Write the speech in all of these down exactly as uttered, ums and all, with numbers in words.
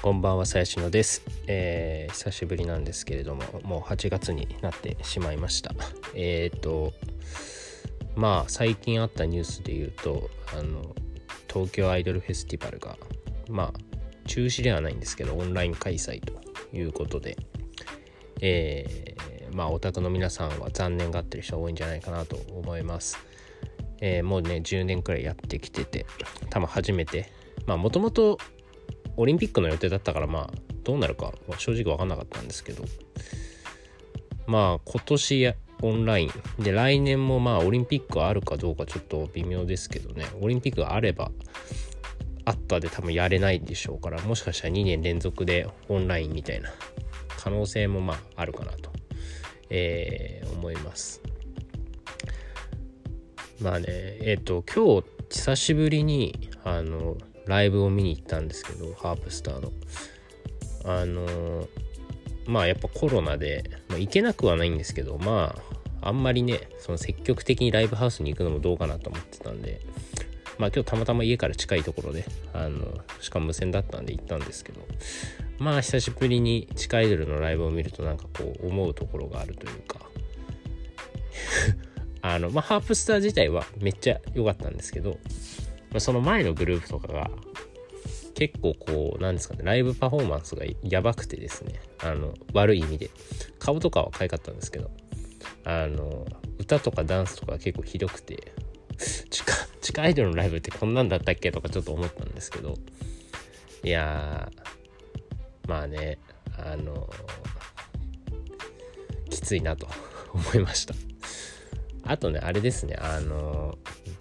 こんばんは、さやしのです、えー、久しぶりなんですけれども、もうはちがつになってしまいました。えーとまあ最近あったニュースで言うと、あの東京アイドルフェスティバルがまあ中止ではないんですけどオンライン開催ということで、えー、まあオタクの皆さんは残念がってる人が多いんじゃないかなと思います。えー、もうねじゅうねんくらいやってきてて、多分初めて、まあもともとオリンピックの予定だったから、まあどうなるか正直分かんなかったんですけど、まあ今年やオンラインで、来年もまあオリンピックあるかどうかちょっと微妙ですけどね、オリンピックがあればあったで多分やれないでしょうから、もしかしたらにねん連続でオンラインみたいな可能性もまああるかなと、えー、思います。まあねえっ、ー、と今日久しぶりにあのライブを見に行ったんですけど、ハープスターのあのまあやっぱコロナで、まあ、行けなくはないんですけど、まああんまりねその積極的にライブハウスに行くのもどうかなと思ってたんで、まあ今日たまたま家から近いところで、あのしかも無線だったんで行ったんですけど、まあ久しぶりに地下アイドルのライブを見るとなんかこう思うところがあるというかあのまあハープスター自体はめっちゃ良かったんですけど、その前のグループとかが結構こうなんですかね、ライブパフォーマンスがやばくてですね、あの悪い意味で顔とかは可愛かったんですけど、あの歌とかダンスとか結構ひどくて、地下地下アイドルのライブってこんなんだったっけとかちょっと思ったんですけど、いやーまあねあのきついなと思いました。あとねあれですね、あの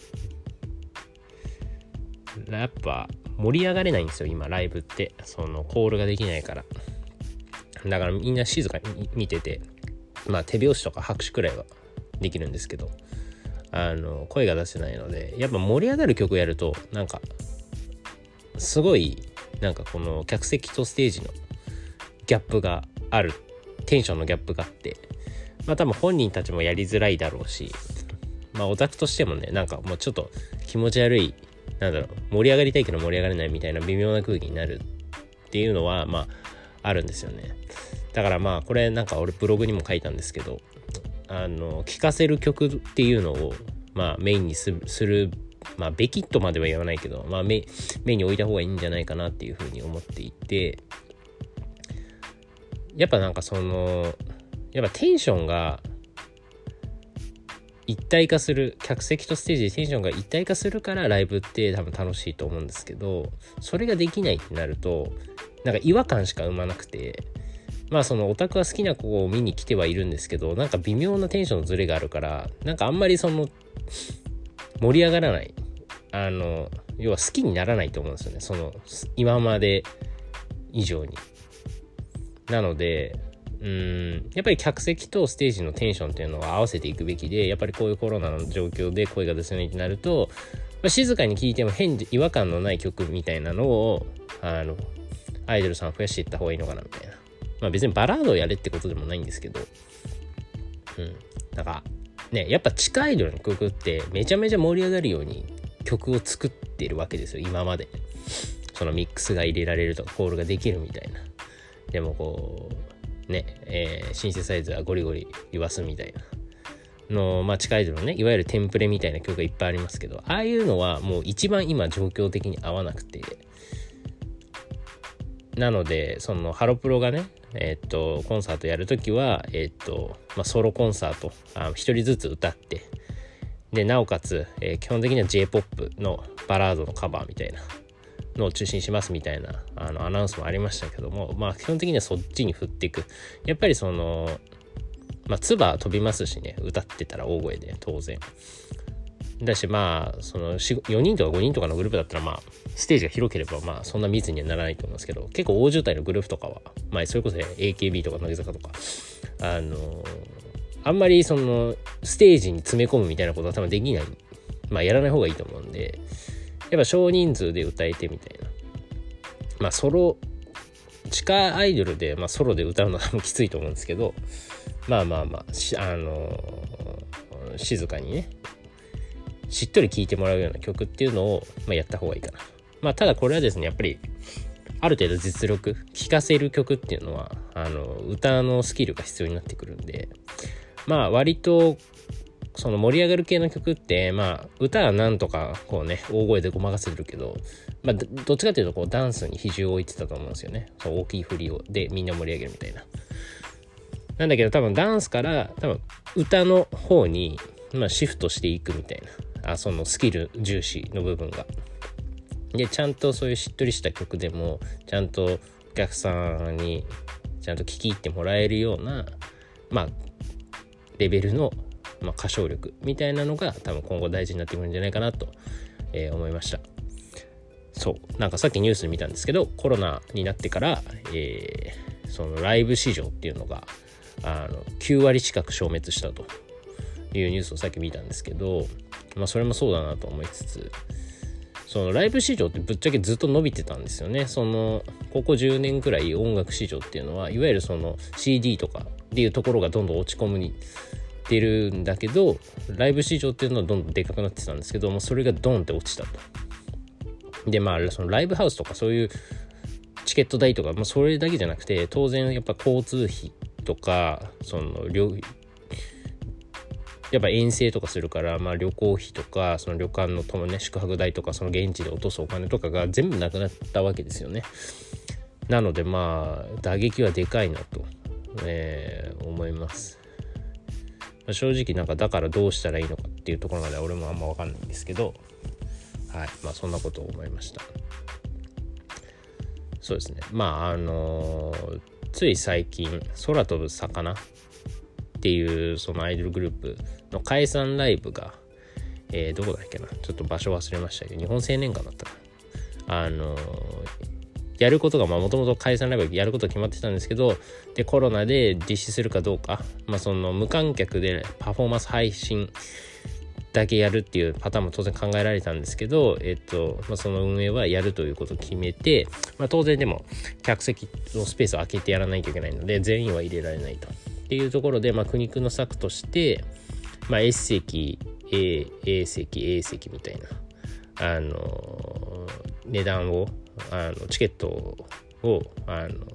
やっぱ盛り上がれないんですよ今ライブって。そのコールができないから、だからみんな静かに見てて、まあ手拍子とか拍手くらいはできるんですけど、あの声が出せないので、やっぱ盛り上がる曲やるとなんかすごいなんかこの客席とステージのギャップがある、テンションのギャップがあって、まあ多分本人たちもやりづらいだろうし、まあオタクとしてもねなんかもうちょっと気持ち悪い、なんだろう、盛り上がりたいけど盛り上がれないみたいな微妙な空気になるっていうのはまああるんですよね。だからまあこれなんか俺ブログにも書いたんですけど、あの聴かせる曲っていうのをまあメインにする、するまあべきとまでは言わないけど、まあメメインに置いた方がいいんじゃないかなっていうふうに思っていて、やっぱなんかそのやっぱテンションが一体化する、客席とステージでテンションが一体化するからライブって多分楽しいと思うんですけど、それができないってなるとなんか違和感しか生まなくて、まあそのオタクは好きな子を見に来てはいるんですけど、なんか微妙なテンションのズレがあるから、なんかあんまりその盛り上がらない、あの要は好きにならないと思うんですよね、その今まで以上に。なのでうーんやっぱり客席とステージのテンションっていうのは合わせていくべきで、やっぱりこういうコロナの状況で声が出せないってなると、まあ、静かに聴いても変違和感のない曲みたいなのをあのアイドルさん増やしていった方がいいのかなみたいな。まあ別にバラードをやれってことでもないんですけど、うんなんかねやっぱ地下アイドルの曲ってめちゃめちゃ盛り上がるように曲を作ってるわけですよ今まで。そのミックスが入れられるとかコールができるみたいな。でもこうね、えー、シンセサイズはゴリゴリ言わすみたいなの、まあ地下アイドルのねいわゆるテンプレみたいな曲がいっぱいありますけど、ああいうのはもう一番今状況的に合わなくて、なのでそのハロプロがねえー、っとコンサートやるときはえー、っとまあソロコンサート一人ずつ歌って、でなおかつ、えー、基本的には J-ポップ のバラードのカバーみたいなのを中心にしますみたいなあのアナウンスもありましたけども、まあ基本的にはそっちに振っていく。やっぱりそのまあ唾飛びますしね、歌ってたら大声で当然だし、まあそのよにんとかごにんとかのグループだったらまあステージが広ければまあそんな密にはならないと思うんですけど、結構大渋滞のグループとかはまあそれこそ エーケービー とか乃木坂とかあのあんまりそのステージに詰め込むみたいなことは多分できない、まあやらない方がいいと思うんで、やっぱ少人数で歌えてみたいな、まあソロ地下アイドルで、まあ、ソロで歌うのはきついと思うんですけど、まあまあまああのー、静かにねしっとり聴いてもらうような曲っていうのを、まあ、やった方がいいかな。まあただこれはですねやっぱりある程度実力聴かせる曲っていうのはあの歌のスキルが必要になってくるんで、まあ割とその盛り上がる系の曲ってまあ歌はなんとかこうね大声でごまかせるけど、まあどっちかというとこうダンスに比重を置いてたと思うんですよね。そう大きい振りをでみんな盛り上げるみたいな。なんだけど多分ダンスから多分歌の方にまあシフトしていくみたいな、あそのスキル重視の部分がで、ちゃんとそういうしっとりした曲でもちゃんとお客さんにちゃんと聴き入ってもらえるようなまあレベルのまあ歌唱力みたいなのが多分今後大事になってくるんじゃないかなと、えー、思いました。そうなんかさっきニュースで見たんですけど、コロナになってから、えー、そのライブ市場っていうのがあのきゅうわり近く消滅したというニュースをさっき見たんですけど、まあそれもそうだなと思いつつ、そのライブ市場ってぶっちゃけずっと伸びてたんですよね。そのここじゅうねんくらい音楽市場っていうのはいわゆるその シーディー とかっていうところがどんどん落ち込むに出るんだけど、ライブ市場っていうのはどんどんでかくなってたんですけども、それがドンって落ちたと。でまあそのライブハウスとかそういうチケット代とか、まあ、それだけじゃなくて当然やっぱ交通費とかその旅やっぱ遠征とかするから、まあ、旅行費とかその旅館のともね宿泊代とかその現地で落とすお金とかが全部なくなったわけですよね。なのでまあ打撃はでかいなと、えー、思います。まあ、正直なんかだからどうしたらいいのかっていうところまでは俺もあんま分かんないんですけど、はい、まあそんなことを思いました。そうですね。まああのー、つい最近空飛ぶ魚っていうそのアイドルグループの解散ライブが、えー、どこだっけな、ちょっと場所忘れましたけど、日本青年館だったかな、あのー、やることがもともと解散ライブやること決まってたんですけど、でコロナで実施するかどうか、まあその無観客でパフォーマンス配信だけやるっていうパターンも当然考えられたんですけど、えっと、まあ、その運営はやるということを決めて、まあ、当然でも客席のスペースを空けてやらないといけないので全員は入れられないとっていうところで、まあ、苦肉の策として、まあ、S 席 A, A 席 A 席みたいなあの値段をあのチケットをあの、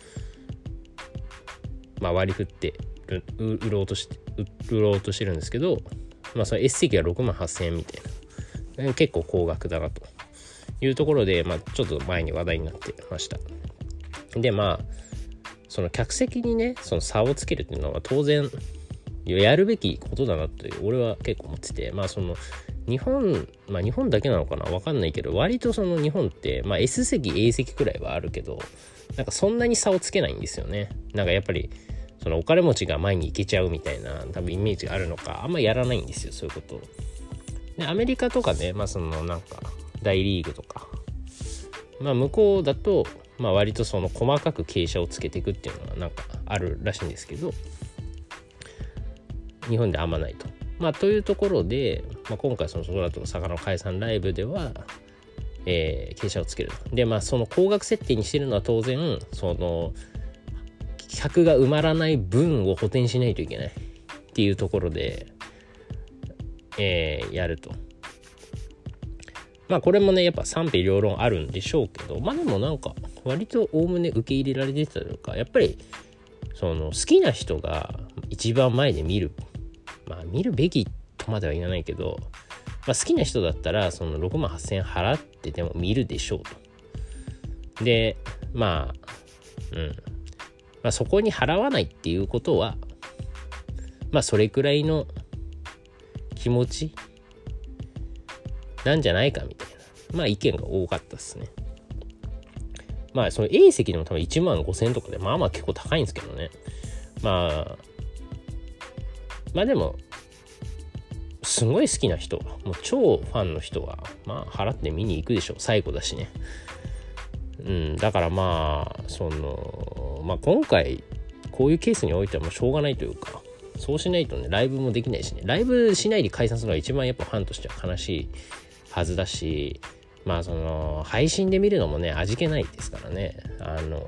まあ、割り振って売ろうとして売ろうとしてるんですけど、まあ、その S 席はろくまんはっせんえんみたいな結構高額だなというところで、まあ、ちょっと前に話題になってました。でまあその客席にねその差をつけるっていうのは当然やるべきことだなって俺は結構思ってて、まあその日本まあ日本だけなのかな分かんないけど、割とその日本ってまあ S 席 A 席くらいはあるけど、なんかそんなに差をつけないんですよね。なんかやっぱりそのお金持ちが前に行けちゃうみたいな多分イメージがあるのか、あんまやらないんですよそういうことで。アメリカとかね、まあそのなんか大リーグとか、まあ向こうだとまあ割とその細かく傾斜をつけていくっていうのはなんかあるらしいんですけど、日本であんまないと。まあというところで、まあ、今回その空飛ぶ魚の解散ライブでは、えー、傾斜をつけると。でまあその高額設定にしてるのは当然その客が埋まらない分を補填しないといけないっていうところで、えー、やると。まあこれもねやっぱ賛否両論あるんでしょうけど、まあでもなんか割とおおむね受け入れられてたというか、やっぱりその好きな人が一番前で見る、まあ見るべきとまでは言わないけど、まあ、好きな人だったらそのろくまんはっせんえん払ってでも見るでしょうと。でまあうんまあ、そこに払わないっていうことはまあそれくらいの気持ちなんじゃないかみたいなまあ意見が多かったですね。まあその A 席でも多分いちまんごせんえんとかでまあまあ結構高いんですけどね。まあまあでもすごい好きな人はもう超ファンの人はまあ払って見に行くでしょう、最後だしね。うん、だからまあそのまあ今回こういうケースにおいてはもうしょうがないというか、そうしないとねライブもできないしね、ライブしないで解散するのが一番やっぱファンとしては悲しいはずだし、まあその配信で見るのもね味気ないですからね。あの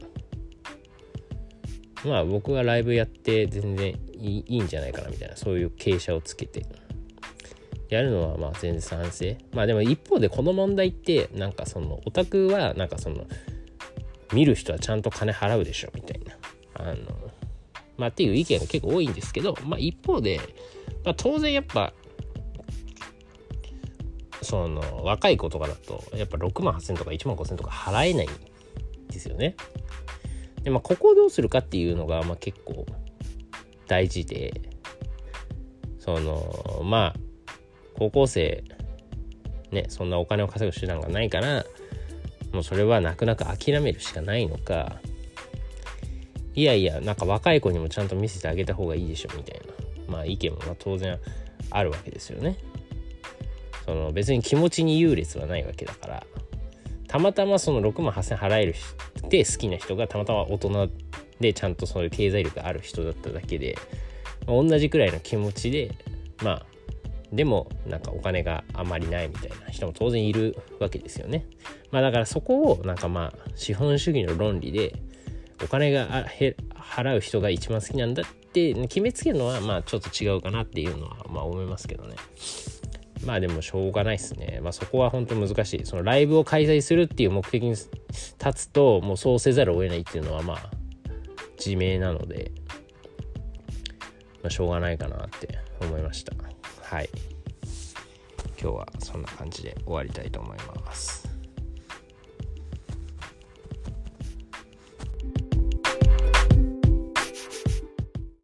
まあ僕はライブやって全然いい、いいんじゃないかなみたいな、そういう傾斜をつけてやるのはまあ全然賛成。まあでも一方でこの問題ってなんかそのオタクはなんかその見る人はちゃんと金払うでしょみたいな、あのまあっていう意見が結構多いんですけど、まあ一方で、まあ、当然やっぱその若い子とかだとやっぱろくまんはっせんとかいちまんごせんとか払えないんですよね。でまあここをどうするかっていうのがまあ結構大事で、そのまあ高校生ね、そんなお金を稼ぐ手段がないからもうそれは泣く泣く諦めるしかないのか、いやいやなんか若い子にもちゃんと見せてあげた方がいいでしょみたいな、まあ意見もまあ当然あるわけですよね。その別に気持ちに優劣はないわけだから、たまたまそのろくまんはっせん払えるで好きな人がたまたま大人でちゃんとそういう経済力がある人だっただけで、まあ、同じくらいの気持ちでまあでもなんかお金があまりないみたいな人も当然いるわけですよね。まあだからそこをなんかまあ資本主義の論理でお金が払う人が一番好きなんだって決めつけるのはまあちょっと違うかなっていうのはまあ思いますけどね。まあでもしょうがないですね。まあそこは本当難しい。そのライブを開催するっていう目的に立つともうそうせざるを得ないっていうのはまあ自明なので、まあ、しょうがないかなって思いました。はい。今日はそんな感じで終わりたいと思います。